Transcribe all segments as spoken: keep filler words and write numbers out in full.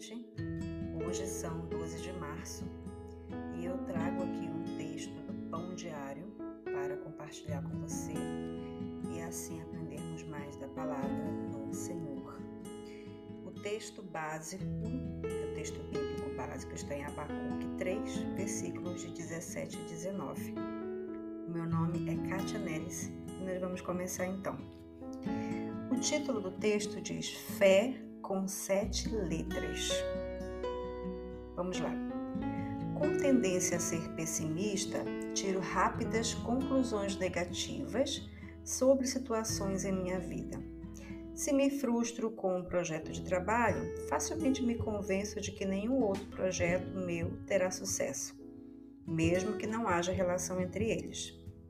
gente. Hoje são doze de março e eu trago aqui um texto do Pão Diário para compartilhar com você e assim aprendermos mais da palavra do Senhor. O texto básico, o texto bíblico básico está em Abacuque três, versículos de dezessete a dezenove. O meu nome é Kátia Neres e nós vamos começar então. O título do texto diz Fé com sete letras. Vamos lá. Com tendência a ser pessimista, tiro rápidas conclusões negativas sobre situações em minha vida. Se me frustro com um projeto de trabalho, facilmente me convenço de que nenhum outro projeto meu terá sucesso, mesmo que não haja relação entre eles.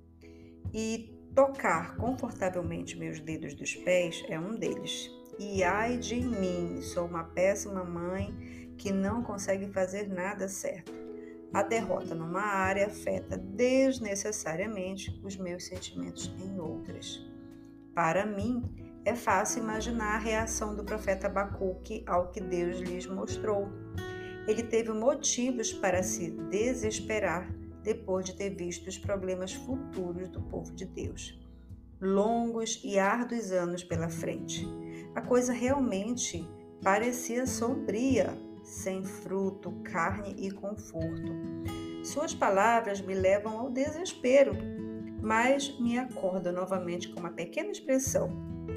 E tocar confortavelmente meus dedos dos pés é um deles. E ai de mim, sou uma péssima mãe que não consegue fazer nada certo. A derrota numa área afeta desnecessariamente os meus sentimentos em outras. Para mim, é fácil imaginar a reação do profeta Abacuque ao que Deus lhes mostrou. Ele teve motivos para se desesperar depois de ter visto os problemas futuros do povo de Deus. Longos e árduos anos pela frente. A coisa realmente parecia sombria, sem fruto, carne e conforto. Suas palavras me levam ao desespero, mas me acordam novamente com uma pequena expressão.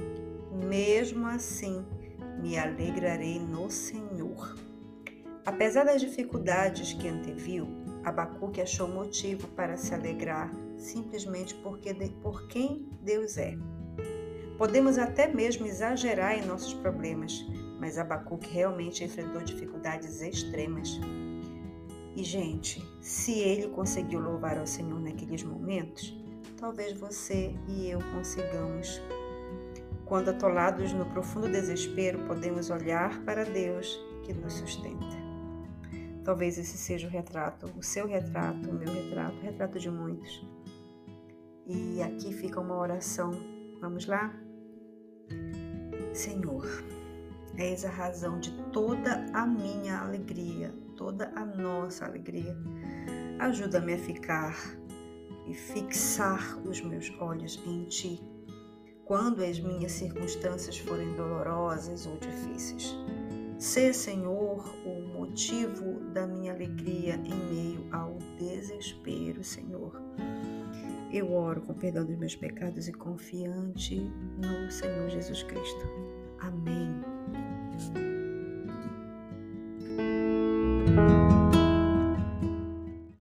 Mesmo assim, me alegrarei no Senhor. Apesar das dificuldades que anteviu, Abacuque achou motivo para se alegrar simplesmente porque de, por quem Deus é. Podemos até mesmo exagerar em nossos problemas, mas Abacuque realmente enfrentou dificuldades extremas. E, gente, se ele conseguiu louvar ao Senhor naqueles momentos, talvez você e eu consigamos. Quando atolados no profundo desespero, podemos olhar para Deus que nos sustenta. Talvez esse seja o retrato, o seu retrato, o meu retrato, o retrato de muitos. E aqui fica uma oração. Vamos lá? Senhor, és a razão de toda a minha alegria, toda a nossa alegria. Ajuda-me a ficar e fixar os meus olhos em Ti, quando as minhas circunstâncias forem dolorosas ou difíceis. Sê, Senhor, o motivo da minha alegria em meio ao desespero, Senhor. Eu oro com perdão dos meus pecados e confiante no Senhor Jesus Cristo. Amém.